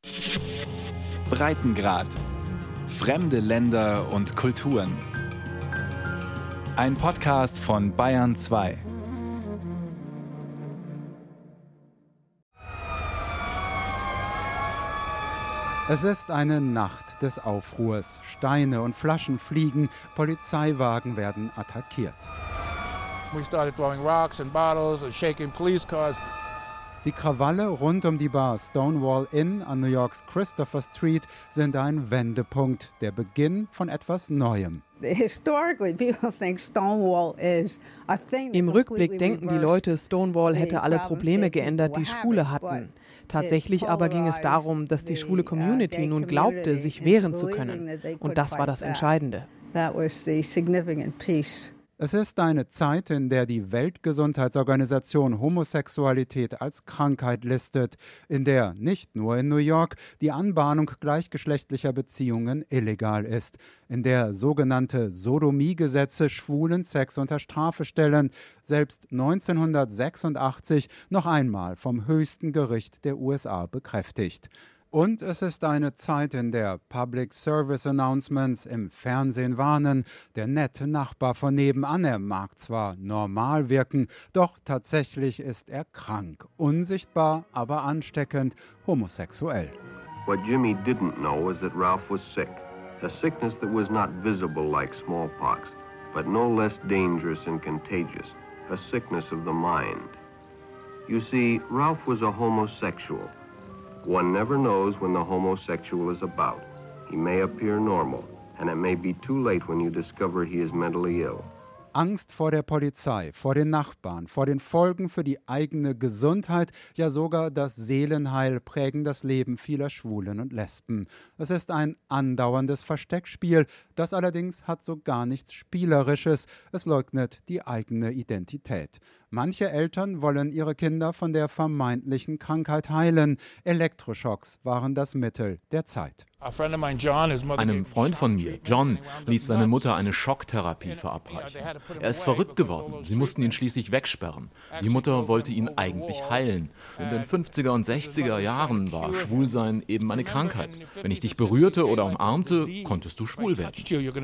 Breitengrad. Fremde Länder und Kulturen. Ein Podcast von Bayern 2. Es ist eine Nacht des Aufruhrs. Steine und Flaschen fliegen, Polizeiwagen werden attackiert. We started throwing rocks and bottles and shaking police cars. Die Krawalle rund um die Bar Stonewall Inn an New Yorks Christopher Street sind ein Wendepunkt, der Beginn von etwas Neuem. Im Rückblick denken die Leute, Stonewall hätte alle Probleme geändert, die Schwule hatten. Tatsächlich aber ging es darum, dass die schwule Community nun glaubte, sich wehren zu können. Und das war das Entscheidende. Es ist eine Zeit, in der die Weltgesundheitsorganisation Homosexualität als Krankheit listet, in der nicht nur in New York die Anbahnung gleichgeschlechtlicher Beziehungen illegal ist, in der sogenannte Sodomiegesetze schwulen Sex unter Strafe stellen, selbst 1986 noch einmal vom höchsten Gericht der USA bekräftigt. Und es ist eine Zeit, in der Public Service Announcements im Fernsehen warnen, der nette Nachbar von nebenan, er mag zwar normal wirken, doch tatsächlich ist er krank, unsichtbar, aber ansteckend, homosexuell. What Jimmy didn't know was that Ralph was sick, a sickness that was not visible like smallpox, but no less dangerous and contagious, a sickness of the mind. You see, Ralph was a homosexual. One never knows when the homosexual is about. He may appear normal, and it may be too late when you discover he is mentally ill. Angst vor der Polizei, vor den Nachbarn, vor den Folgen für die eigene Gesundheit, ja sogar das Seelenheil prägen das Leben vieler Schwulen und Lesben. Es ist ein andauerndes Versteckspiel, das allerdings hat so gar nichts Spielerisches, es leugnet die eigene Identität. Manche Eltern wollen ihre Kinder von der vermeintlichen Krankheit heilen. Elektroschocks waren das Mittel der Zeit. Einem Freund von mir, John, ließ seine Mutter eine Schocktherapie verabreichen. Er ist verrückt geworden. Sie mussten ihn schließlich wegsperren. Die Mutter wollte ihn eigentlich heilen. In den 50er und 60er Jahren war Schwulsein eben eine Krankheit. Wenn ich dich berührte oder umarmte, konntest du schwul werden.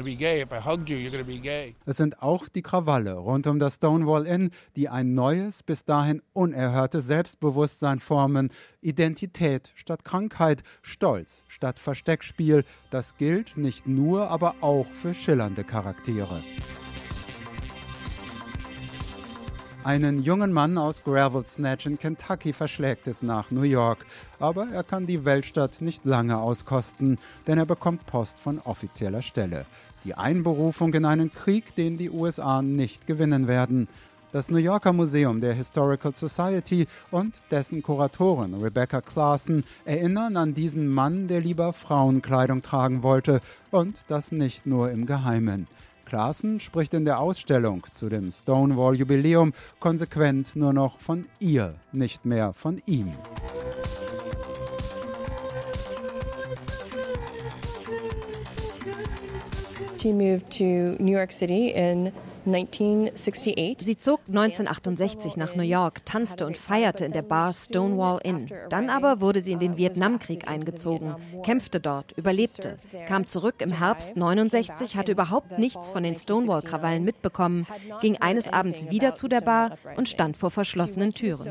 Es sind auch die Krawalle rund um das Stonewall Inn, die ein neues, bis dahin unerhörtes Selbstbewusstsein formen. Identität statt Krankheit, Stolz statt Versteckspiel. Das gilt nicht nur, aber auch für schillernde Charaktere. Einen jungen Mann aus Gravel Snatch in Kentucky verschlägt es nach New York. Aber er kann die Weltstadt nicht lange auskosten, denn er bekommt Post von offizieller Stelle. Die Einberufung in einen Krieg, den die USA nicht gewinnen werden. Das New Yorker Museum der Historical Society und dessen Kuratorin Rebecca Claassen erinnern an diesen Mann, der lieber Frauenkleidung tragen wollte und das nicht nur im Geheimen. Claassen spricht in der Ausstellung zu dem Stonewall-Jubiläum konsequent nur noch von ihr, nicht mehr von ihm. She moved to New York City in 1968. Sie zog 1968 nach New York, tanzte und feierte in der Bar Stonewall Inn. Dann aber wurde sie in den Vietnamkrieg eingezogen, kämpfte dort, überlebte, kam zurück im Herbst 69, hatte überhaupt nichts von den Stonewall-Krawallen mitbekommen, ging eines Abends wieder zu der Bar und stand vor verschlossenen Türen.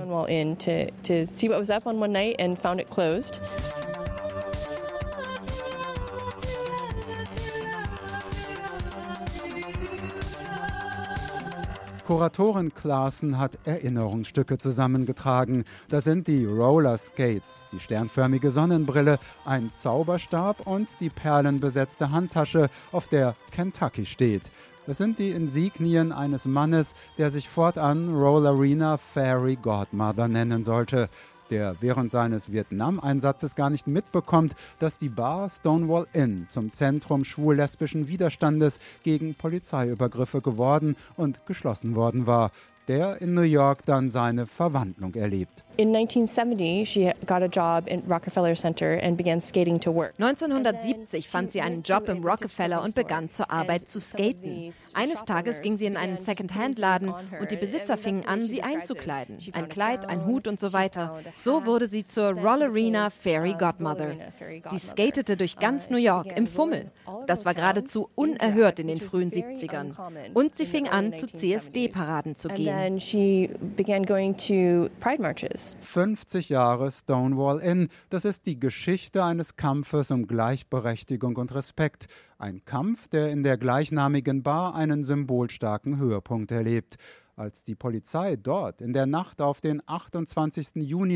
Kuratorin Claassen hat Erinnerungsstücke zusammengetragen. Da sind die Roller Skates, die sternförmige Sonnenbrille, ein Zauberstab und die perlenbesetzte Handtasche, auf der Kentucky steht. Das sind die Insignien eines Mannes, der sich fortan Rollerina Fairy Godmother nennen sollte, der während seines Vietnam-Einsatzes gar nicht mitbekommt, dass die Bar Stonewall Inn zum Zentrum schwul-lesbischen Widerstandes gegen Polizeiübergriffe geworden und geschlossen worden war. der in New York dann seine Verwandlung erlebt. In 1970, she got a job at Rockefeller Center and began skating to work. 1970 fand sie einen Job im Rockefeller und begann zur Arbeit zu skaten. Eines Tages ging sie in einen Second-Hand-Laden und die Besitzer fingen an, sie einzukleiden. Ein Kleid, ein Hut und so weiter. So wurde sie zur Rollerina Fairy Godmother. Sie skatete durch ganz New York im Fummel. Das war geradezu unerhört in den frühen 70ern. Und sie fing an, zu CSD-Paraden zu gehen. And then she began going to Pride marches. 50 Jahre Stonewall Inn, das ist die Geschichte eines Kampfes um Gleichberechtigung und Respekt. Ein Kampf, der in der gleichnamigen Bar einen symbolstarken Höhepunkt erlebt. Als die Polizei dort in der Nacht auf den 28. Juni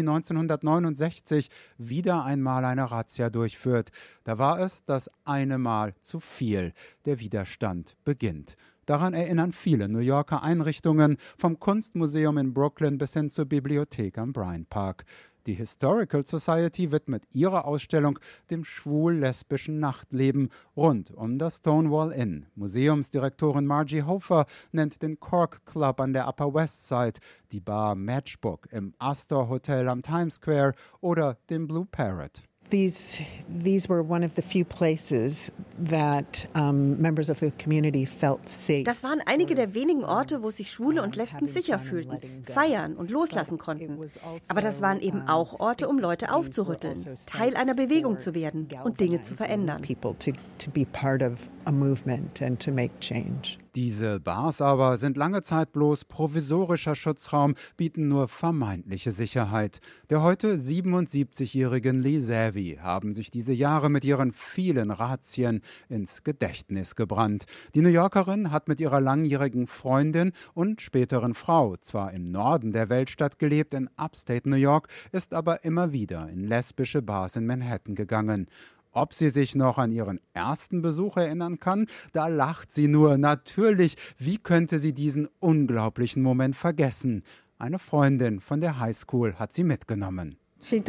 1969 wieder einmal eine Razzia durchführt, da war es das eine Mal zu viel. Der Widerstand beginnt. Daran erinnern viele New Yorker Einrichtungen, vom Kunstmuseum in Brooklyn bis hin zur Bibliothek am Bryant Park. Die Historical Society widmet ihre Ausstellung dem schwul-lesbischen Nachtleben rund um das Stonewall Inn. Museumsdirektorin Margie Hofer nennt den Cork Club an der Upper West Side, die Bar Matchbook im Astor Hotel am Times Square oder den Blue Parrot. These were one of the few places that members of the community felt safe. Das waren einige der wenigen Orte, wo sich Schwule und Lesben sicher fühlten, feiern und loslassen konnten. Aber das waren eben auch Orte, um Leute aufzurütteln, Teil einer Bewegung zu werden und Dinge zu verändern. To be part of a movement and to make change. Diese Bars aber sind lange Zeit bloß provisorischer Schutzraum, bieten nur vermeintliche Sicherheit. Der heute 77-jährigen Lee Savvy haben sich diese Jahre mit ihren vielen Razzien ins Gedächtnis gebrannt. Die New Yorkerin hat mit ihrer langjährigen Freundin und späteren Frau zwar im Norden der Weltstadt gelebt, in Upstate New York, ist aber immer wieder in lesbische Bars in Manhattan gegangen. Ob sie sich noch an ihren ersten Besuch erinnern kann, da lacht sie nur. Natürlich, wie könnte sie diesen unglaublichen Moment vergessen? Eine Freundin von der Highschool hat sie mitgenommen.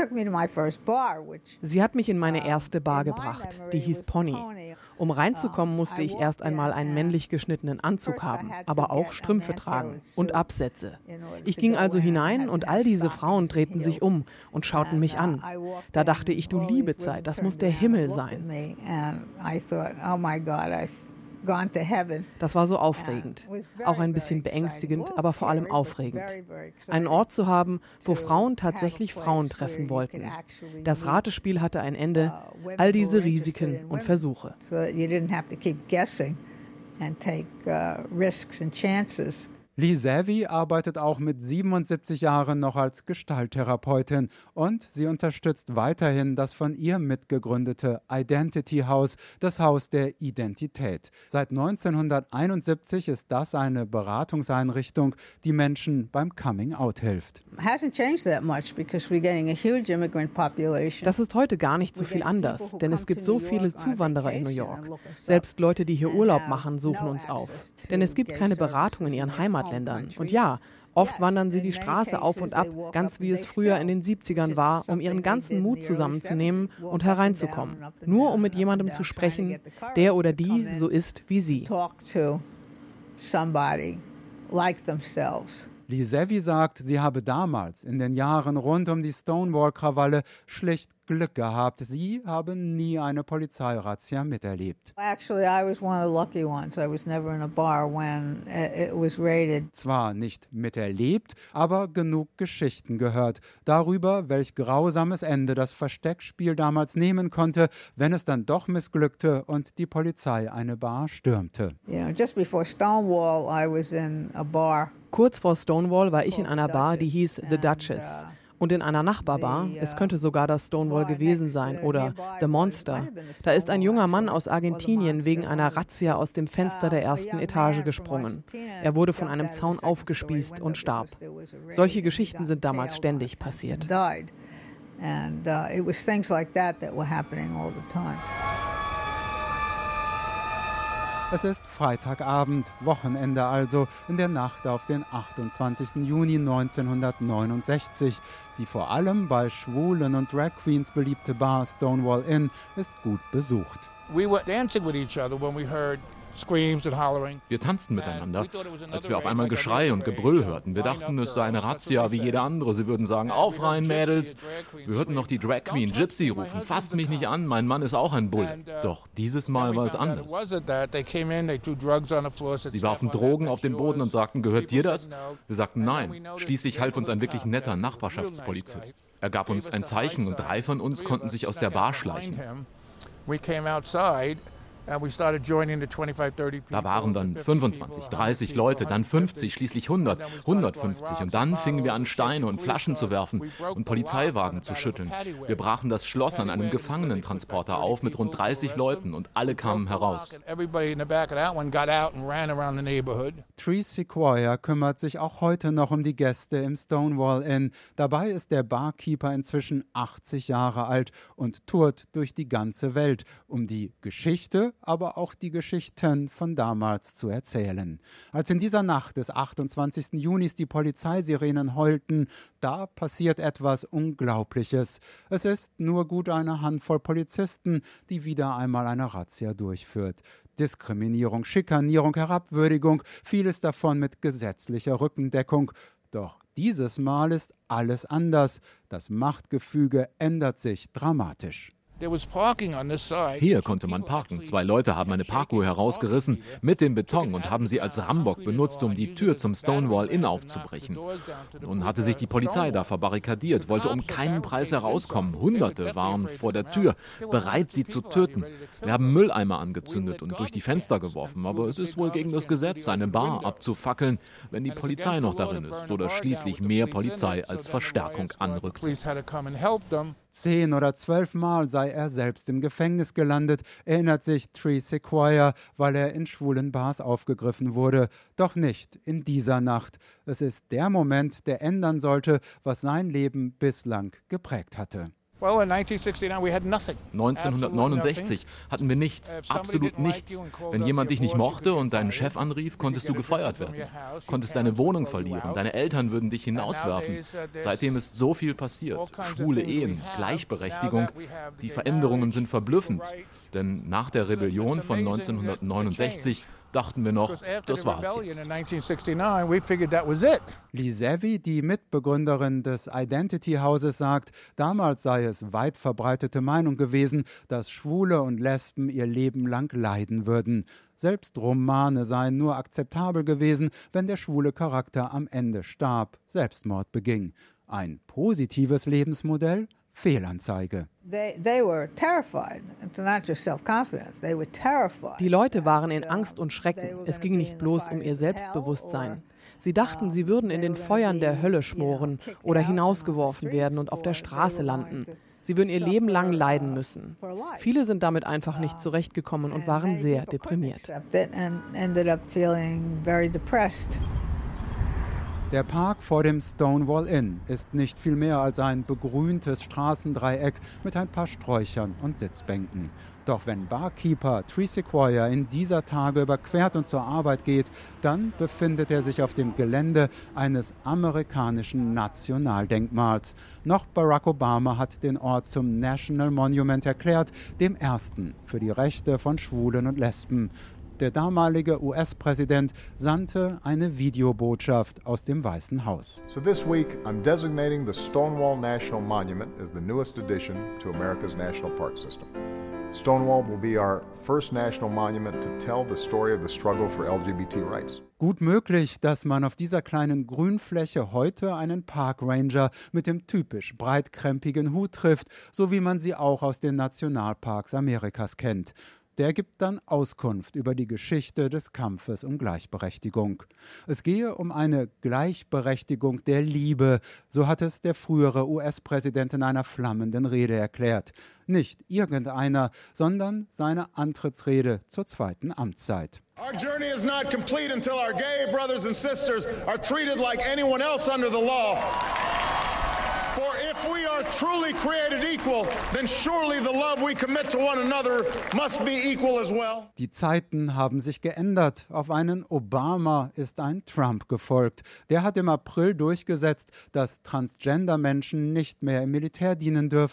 Sie hat mich in meine erste Bar gebracht, die hieß Pony. Um reinzukommen, musste ich erst einmal einen männlich geschnittenen Anzug haben, aber auch Strümpfe tragen und Absätze. Ich ging also hinein und all diese Frauen drehten sich um und schauten mich an. Da dachte ich, du liebe Zeit, das muss der Himmel sein. Das war so aufregend, auch ein bisschen beängstigend, aber vor allem aufregend. Einen Ort zu haben, wo Frauen tatsächlich Frauen treffen wollten. Das Ratespiel hatte ein Ende, all diese Risiken und Versuche. Lee Savvy arbeitet auch mit 77 Jahren noch als Gestalttherapeutin und sie unterstützt weiterhin das von ihr mitgegründete Identity House, das Haus der Identität. Seit 1971 ist das eine Beratungseinrichtung, die Menschen beim Coming-out hilft. Das ist heute gar nicht so viel anders, denn es gibt so viele Zuwanderer in New York. Selbst Leute, die hier Urlaub machen, suchen uns auf. Denn es gibt keine Beratung in ihren Heimatländern. Und ja, oft wandern sie die Straße auf und ab, ganz wie es früher in den 70ern war, um ihren ganzen Mut zusammenzunehmen und hereinzukommen. Nur um mit jemandem zu sprechen, der oder die so ist wie sie. Lee Savvy sagt, sie habe damals in den Jahren rund um die Stonewall-Krawalle schlicht Glück gehabt. Sie habe nie eine Polizeirazzia miterlebt. Zwar nicht miterlebt, aber genug Geschichten gehört. Darüber, welch grausames Ende das Versteckspiel damals nehmen konnte, wenn es dann doch missglückte und die Polizei eine Bar stürmte. Kurz vor Stonewall war ich in einer Bar, die hieß The Duchess. Und in einer Nachbarbar, es könnte sogar das Stonewall gewesen sein oder The Monster, da ist ein junger Mann aus Argentinien wegen einer Razzia aus dem Fenster der ersten Etage gesprungen. Er wurde von einem Zaun aufgespießt und starb. Solche Geschichten sind damals ständig passiert. Es ist Freitagabend, Wochenende also, in der Nacht auf den 28. Juni 1969. Die vor allem bei Schwulen und Drag Queens beliebte Bar Stonewall Inn ist gut besucht. We were dancing with each other when we heard Wir tanzten miteinander, als wir auf einmal Geschrei und Gebrüll hörten. Wir dachten, es sei eine Razzia wie jede andere. Sie würden sagen, aufreihen, Mädels. Wir hörten noch die Drag Queen Gypsy rufen, fasst mich nicht an, mein Mann ist auch ein Bulle. Doch dieses Mal war es anders. Sie warfen Drogen auf den Boden und sagten, gehört dir das? Wir sagten nein. Schließlich half uns ein wirklich netter Nachbarschaftspolizist. Er gab uns ein Zeichen und 3 von uns konnten sich aus der Bar schleichen. Da waren dann 25, 30 Leute, dann 50, schließlich 100, 150 und dann fingen wir an, Steine und Flaschen zu werfen und Polizeiwagen zu schütteln. Wir brachen das Schloss an einem Gefangenentransporter auf mit rund 30 Leuten und alle kamen heraus. Tree Sequoia kümmert sich auch heute noch um die Gäste im Stonewall Inn. Dabei ist der Barkeeper inzwischen 80 Jahre alt und tourt durch die ganze Welt, um die Geschichte, aber auch die Geschichten von damals zu erzählen. Als in dieser Nacht des 28. Junis die Polizeisirenen heulten, da passiert etwas Unglaubliches. Es ist nur gut eine Handvoll Polizisten, die wieder einmal eine Razzia durchführt. Diskriminierung, Schikanierung, Herabwürdigung, vieles davon mit gesetzlicher Rückendeckung. Doch dieses Mal ist alles anders. Das Machtgefüge ändert sich dramatisch. Hier konnte man parken. 2 Leute haben eine Parkuhr herausgerissen mit dem Beton und haben sie als Rambock benutzt, um die Tür zum Stonewall Inn aufzubrechen. Nun hatte sich die Polizei da verbarrikadiert, wollte um keinen Preis herauskommen. Hunderte waren vor der Tür, bereit, sie zu töten. Wir haben Mülleimer angezündet und durch die Fenster geworfen. Aber es ist wohl gegen das Gesetz, eine Bar abzufackeln, wenn die Polizei noch darin ist oder schließlich mehr Polizei als Verstärkung anrückt. 10 oder 12 Mal sei er selbst im Gefängnis gelandet, erinnert sich Tree Sequoia, weil er in schwulen Bars aufgegriffen wurde. Doch nicht in dieser Nacht. Es ist der Moment, der ändern sollte, was sein Leben bislang geprägt hatte. 1969 hatten wir nichts, absolut nichts. Wenn jemand dich nicht mochte und deinen Chef anrief, konntest du gefeuert werden. Konntest deine Wohnung verlieren, deine Eltern würden dich hinauswerfen. Seitdem ist so viel passiert. Schwule Ehen, Gleichberechtigung. Die Veränderungen sind verblüffend. Denn nach der Rebellion von 1969 dachten wir noch, das war's jetzt. Lee Savvy, die Mitbegründerin des Identity-Hauses, sagt, damals sei es weit verbreitete Meinung gewesen, dass Schwule und Lesben ihr Leben lang leiden würden. Selbst Romane seien nur akzeptabel gewesen, wenn der schwule Charakter am Ende starb, Selbstmord beging. Ein positives Lebensmodell? Fehlanzeige. Die Leute waren in Angst und Schrecken. Es ging nicht bloß um ihr Selbstbewusstsein. Sie dachten, sie würden in den Feuern der Hölle schmoren oder hinausgeworfen werden und auf der Straße landen. Sie würden ihr Leben lang leiden müssen. Viele sind damit einfach nicht zurechtgekommen und waren sehr deprimiert. Der Park vor dem Stonewall Inn ist nicht viel mehr als ein begrüntes Straßendreieck mit ein paar Sträuchern und Sitzbänken. Doch wenn Barkeeper Tree Sequoia in dieser Tage überquert und zur Arbeit geht, dann befindet er sich auf dem Gelände eines amerikanischen Nationaldenkmals. Noch Barack Obama hat den Ort zum National Monument erklärt, dem ersten für die Rechte von Schwulen und Lesben. Der damalige US-Präsident sandte eine Videobotschaft aus dem Weißen Haus. So this week I'm designating the Stonewall National Monument as the newest addition to America's national park system. Stonewall will be our first national monument to tell the story of the struggle for LGBT rights. Gut möglich, dass man auf dieser kleinen Grünfläche heute einen Parkranger mit dem typisch breitkrempigen Hut trifft, so wie man sie auch aus den Nationalparks Amerikas kennt. Der gibt dann Auskunft über die Geschichte des Kampfes um Gleichberechtigung. Es gehe um eine Gleichberechtigung der Liebe, so hat es der frühere US-Präsident in einer flammenden Rede erklärt. Nicht irgendeiner, sondern seine Antrittsrede zur zweiten Amtszeit. Our journey is not complete until our gay brothers and sisters are treated like anyone else under the law. For if we are truly created equal, then surely the love we commit to one another must be equal as well. Die Zeiten haben sich geändert. Auf einen Obama ist ein Trump gefolgt. Der hat im April durchgesetzt, dass Transgender-Menschen nicht mehr im Militär dienen dürfen.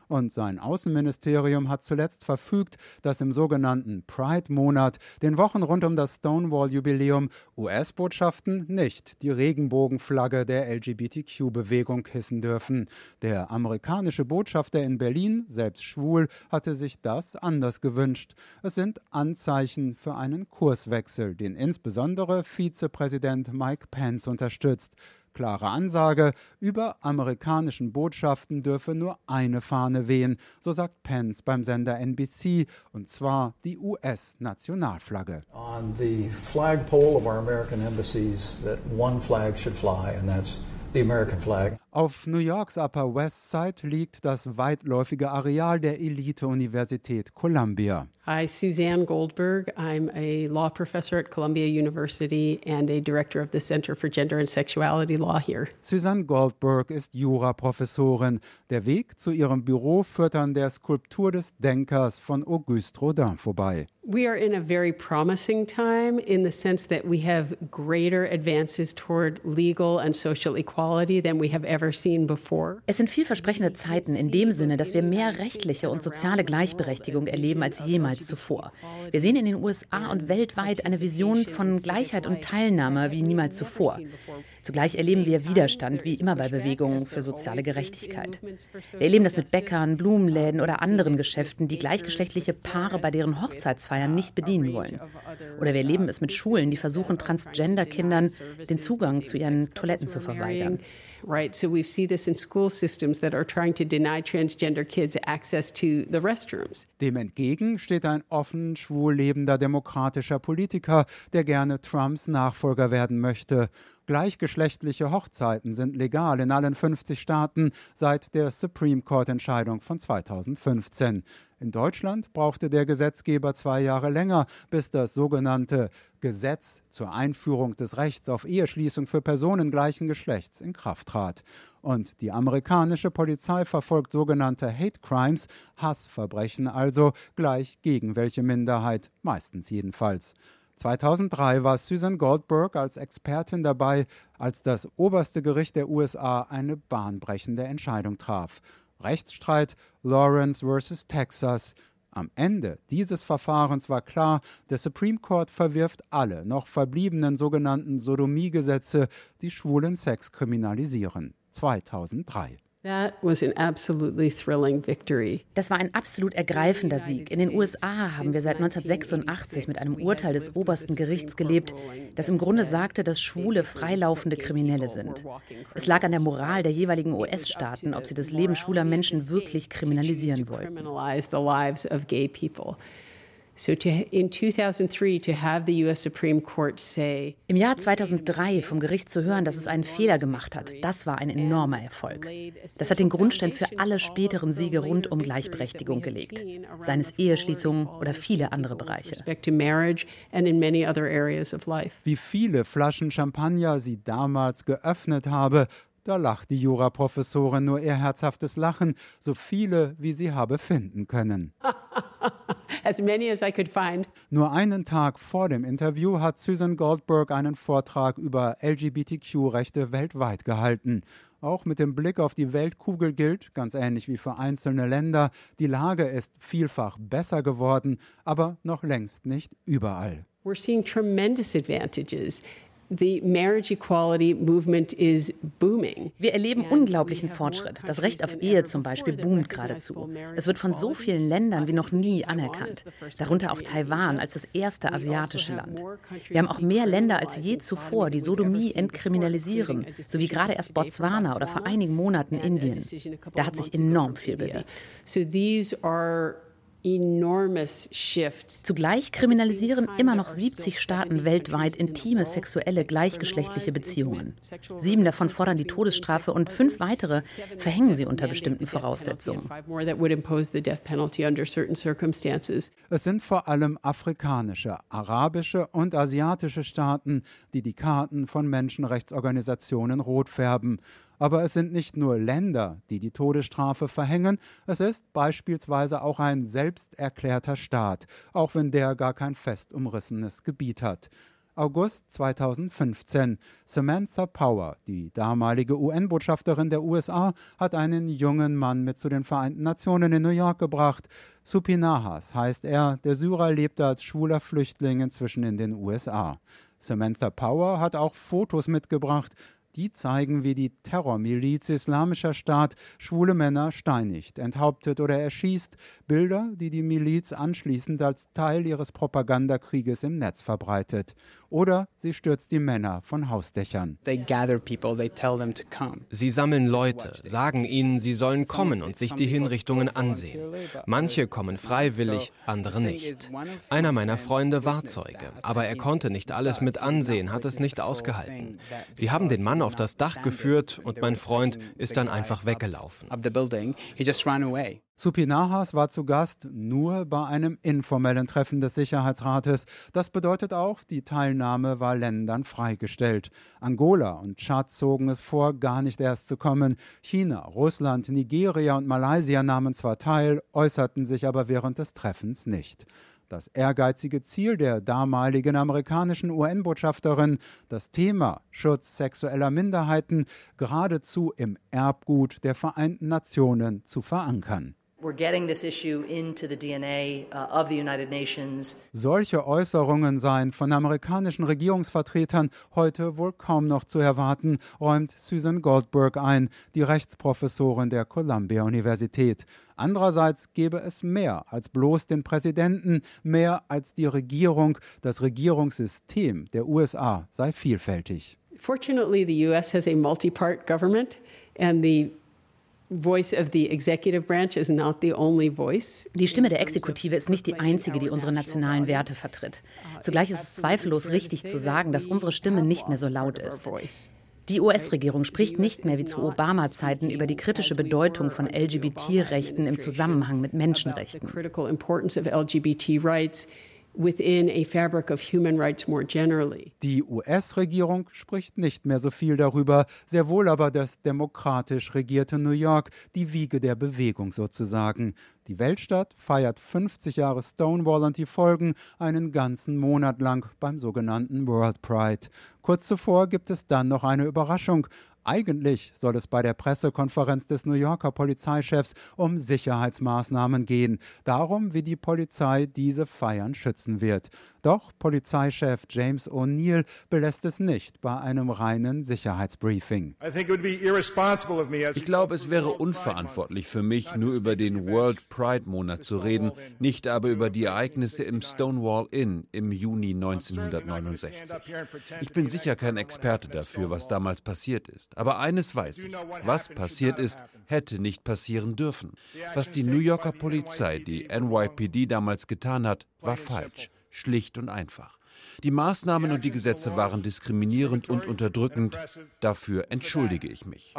Und sein Außenministerium hat zuletzt verfügt, dass im sogenannten Pride-Monat, den Wochen rund um das Stonewall-Jubiläum, US-Botschaften nicht die Regenbogenflagge der LGBTQ-Bewegung hissen dürfen. Der amerikanische Botschafter in Berlin, selbst schwul, hatte sich das anders gewünscht. Es sind Anzeichen für einen Kurswechsel, den insbesondere Vizepräsident Mike Pence unterstützt. Klare Ansage, über amerikanischen Botschaften dürfe nur eine Fahne wehen, so sagt Pence beim Sender NBC, und zwar die US-Nationalflagge. On the flagpole of our American embassies that one flag should fly, and that's the American flag. Auf New Yorks Upper West Side liegt das weitläufige Areal der Elite-Universität Columbia. Hi, Suzanne Goldberg. I'm a law professor at Columbia University and a director of the Center for Gender and Sexuality Law here. Suzanne Goldberg ist Juraprofessorin. Der Weg zu ihrem Büro führt an der Skulptur des Denkers von Auguste Rodin vorbei. We are in a very promising time in the sense that we have greater advances toward legal and social equality than we have ever seen before. Es sind vielversprechende Zeiten in dem Sinne, dass wir mehr rechtliche und soziale Gleichberechtigung erleben als jemals zuvor. Wir sehen in den USA und weltweit eine Vision von Gleichheit und Teilnahme wie niemals zuvor. Zugleich erleben wir Widerstand, wie immer bei Bewegungen für soziale Gerechtigkeit. Wir erleben das mit Bäckern, Blumenläden oder anderen Geschäften, die gleichgeschlechtliche Paare bei deren Hochzeitsfeiern nicht bedienen wollen. Oder wir erleben es mit Schulen, die versuchen, Transgender-Kindern den Zugang zu ihren Toiletten zu verweigern. Right, so we see this in school systems that are trying to deny transgender kids access to the restrooms. Dem entgegen steht ein offen schwul lebender demokratischer Politiker, der gerne Trumps Nachfolger werden möchte. Gleichgeschlechtliche Hochzeiten sind legal in allen 50 Staaten seit der Supreme Court-Entscheidung von 2015. In Deutschland brauchte der Gesetzgeber 2 Jahre länger, bis das sogenannte Gesetz zur Einführung des Rechts auf Eheschließung für Personen gleichen Geschlechts in Kraft trat. Und die amerikanische Polizei verfolgt sogenannte Hate Crimes, Hassverbrechen also, gleich gegen welche Minderheit, meistens jedenfalls. 2003 war Suzanne Goldberg als Expertin dabei, als das oberste Gericht der USA eine bahnbrechende Entscheidung traf. Rechtsstreit Lawrence vs. Texas. Am Ende dieses Verfahrens war klar, der Supreme Court verwirft alle noch verbliebenen sogenannten Sodomiegesetze, die schwulen Sex kriminalisieren. 2003. That was an absolutely thrilling victory. Das war ein absolut ergreifender Sieg. In den USA haben wir seit 1986 mit einem Urteil des obersten Gerichts gelebt, das im Grunde sagte, dass Schwule freilaufende Kriminelle sind. Es lag an der Moral der jeweiligen US-Staaten, ob sie das Leben schwuler Menschen wirklich kriminalisieren wollten. Im Jahr 2003 vom Gericht zu hören, dass es einen Fehler gemacht hat, das war ein enormer Erfolg. Das hat den Grundstein für alle späteren Siege rund um Gleichberechtigung gelegt, seien es Eheschließungen oder viele andere Bereiche. Wie viele Flaschen Champagner sie damals geöffnet habe, da lacht die Juraprofessorin nur ihr herzhaftes Lachen, so viele, wie sie habe finden können. As many as I could find. Nur einen Tag vor dem Interview hat Suzanne Goldberg einen Vortrag über LGBTQ-Rechte weltweit gehalten. Auch mit dem Blick auf die Weltkugel gilt, ganz ähnlich wie für einzelne Länder, die Lage ist vielfach besser geworden, aber noch längst nicht überall. We're seeing tremendous advantages. The marriage equality movement is booming. Wir erleben unglaublichen Fortschritt. Das Recht auf Ehe zum Beispiel boomt geradezu. Es wird von so vielen Ländern wie noch nie anerkannt. Darunter auch Taiwan als das erste asiatische Land. Wir haben auch mehr Länder als je zuvor, die Sodomie entkriminalisieren, so wie gerade erst Botswana oder vor einigen Monaten Indien. Da hat sich enorm viel bewegt. Zugleich kriminalisieren immer noch 70 Staaten weltweit intime sexuelle gleichgeschlechtliche Beziehungen. 7 davon fordern die Todesstrafe und 5 weitere verhängen sie unter bestimmten Voraussetzungen. Es sind vor allem afrikanische, arabische und asiatische Staaten, die die Karten von Menschenrechtsorganisationen rot färben. Aber es sind nicht nur Länder, die die Todesstrafe verhängen, es ist beispielsweise auch ein selbsterklärter Staat, auch wenn der gar kein fest umrissenes Gebiet hat. August 2015. Samantha Power, die damalige UN-Botschafterin der USA, hat einen jungen Mann mit zu den Vereinten Nationen in New York gebracht. Supi Nahas heißt er. Der Syrer lebte als schwuler Flüchtling inzwischen in den USA. Samantha Power hat auch Fotos mitgebracht. Die zeigen, wie die Terrormiliz Islamischer Staat schwule Männer steinigt, enthauptet oder erschießt. Bilder, die die Miliz anschließend als Teil ihres Propagandakrieges im Netz verbreitet. Oder sie stürzt die Männer von Hausdächern. Sie sammeln Leute, sagen ihnen, sie sollen kommen und sich die Hinrichtungen ansehen. Manche kommen freiwillig, andere nicht. Einer meiner Freunde war Zeuge, aber er konnte nicht alles mit ansehen, hat es nicht ausgehalten. Sie haben den Mann auf das Dach geführt und mein Freund ist dann einfach weggelaufen. Supi Nahas war zu Gast nur bei einem informellen Treffen des Sicherheitsrates. Das bedeutet auch, die Teilnahme war Ländern freigestellt. Angola und Tschad zogen es vor, gar nicht erst zu kommen. China, Russland, Nigeria und Malaysia nahmen zwar teil, äußerten sich aber während des Treffens nicht. Das ehrgeizige Ziel der damaligen amerikanischen UN-Botschafterin, das Thema Schutz sexueller Minderheiten geradezu im Erbgut der Vereinten Nationen zu verankern. Solche Äußerungen seien von amerikanischen Regierungsvertretern heute wohl kaum noch zu erwarten, räumt Susan Goldberg ein, die Rechtsprofessorin der Columbia-Universität. Andererseits gäbe es mehr als bloß den Präsidenten, mehr als die Regierung. Das Regierungssystem der USA sei vielfältig. Fortunately, the US has a multi-part government and the voice of the executive branch is not the only voice. Die Stimme der Exekutive ist nicht die einzige, die unsere nationalen Werte vertritt. Zugleich ist es zweifellos richtig zu sagen, dass unsere Stimme nicht mehr so laut ist. Die US-Regierung spricht nicht mehr wie zu Obama-Zeiten über die kritische Bedeutung von LGBT-Rechten im Zusammenhang mit Menschenrechten. Within a fabric of human rights more generally. Die US-Regierung spricht nicht mehr so viel darüber, sehr wohl aber das demokratisch regierte New York, die Wiege der Bewegung sozusagen. Die Weltstadt feiert 50 Jahre Stonewall und die Folgen einen ganzen Monat lang beim sogenannten World Pride. Kurz zuvor gibt es dann noch eine Überraschung. Eigentlich soll es bei der Pressekonferenz des New Yorker Polizeichefs um Sicherheitsmaßnahmen gehen, darum, wie die Polizei diese Feiern schützen wird. Doch Polizeichef James O'Neill belässt es nicht bei einem reinen Sicherheitsbriefing. Ich glaube, es wäre unverantwortlich für mich, nur über den World Pride-Monat zu reden, nicht aber über die Ereignisse im Stonewall Inn im Juni 1969. Ich bin sicher kein Experte dafür, was damals passiert ist. Aber eines weiß ich, was passiert ist, hätte nicht passieren dürfen. Was die New Yorker Polizei, die NYPD damals getan hat, war falsch. Schlicht und einfach. Die Maßnahmen und die Gesetze waren diskriminierend und unterdrückend. Dafür entschuldige ich mich.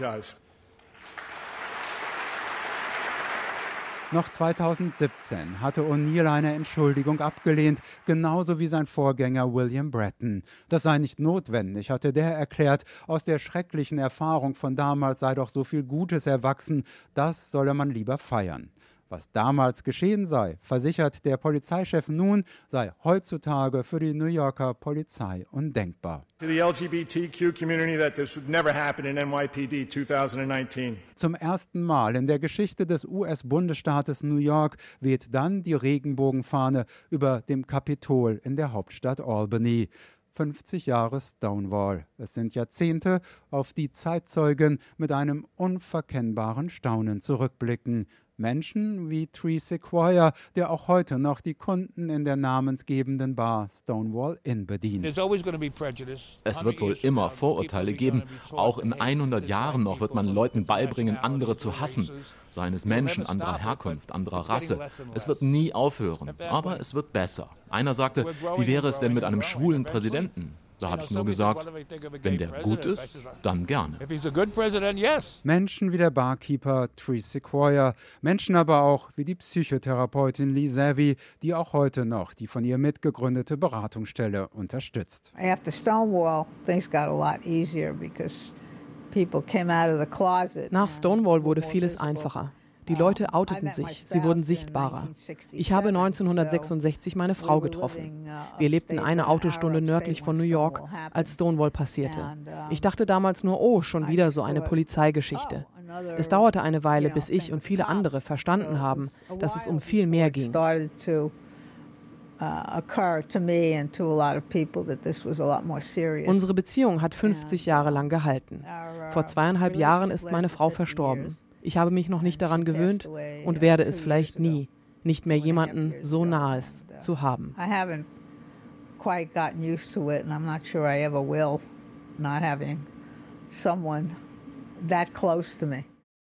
Noch 2017 hatte O'Neill eine Entschuldigung abgelehnt, genauso wie sein Vorgänger William Bratton. Das sei nicht notwendig, hatte der erklärt. Aus der schrecklichen Erfahrung von damals sei doch so viel Gutes erwachsen, das solle man lieber feiern. Was damals geschehen sei, versichert der Polizeichef nun, sei heutzutage für die New Yorker Polizei undenkbar. Zum ersten Mal in der Geschichte des US-Bundesstaates New York weht dann die Regenbogenfahne über dem Kapitol in der Hauptstadt Albany. 50 Jahre Stonewall. Es sind Jahrzehnte, auf die Zeitzeugen mit einem unverkennbaren Staunen zurückblicken. Menschen wie Tree Sequoia, der auch heute noch die Kunden in der namensgebenden Bar Stonewall Inn bedient. Es wird wohl immer Vorurteile geben. Auch in 100 Jahren noch wird man Leuten beibringen, andere zu hassen. Seien es Menschen anderer Herkunft, anderer Rasse. Es wird nie aufhören, aber es wird besser. Einer sagte, wie wäre es denn mit einem schwulen Präsidenten? Da habe ich nur gesagt, wenn der gut ist, dann gerne. Menschen wie der Barkeeper Tree Sequoia, Menschen aber auch wie die Psychotherapeutin Lee Savvy, die auch heute noch die von ihr mitgegründete Beratungsstelle unterstützt. After Stonewall, things got a lot easier because people came out of the closet. Nach Stonewall wurde vieles einfacher. Die Leute outeten sich, sie wurden sichtbarer. Ich habe 1966 meine Frau getroffen. Wir lebten eine Autostunde nördlich von New York, als Stonewall passierte. Ich dachte damals nur, oh, schon wieder so eine Polizeigeschichte. Es dauerte eine Weile, bis ich und viele andere verstanden haben, dass es um viel mehr ging. Unsere Beziehung hat 50 Jahre lang gehalten. Vor 2,5 Jahren ist meine Frau verstorben. Ich habe mich noch nicht daran gewöhnt und werde es vielleicht nie, nicht mehr jemanden so Nahes zu haben. I haven't quite gotten used to it, and I'm not sure I ever will, not having someone that close to me.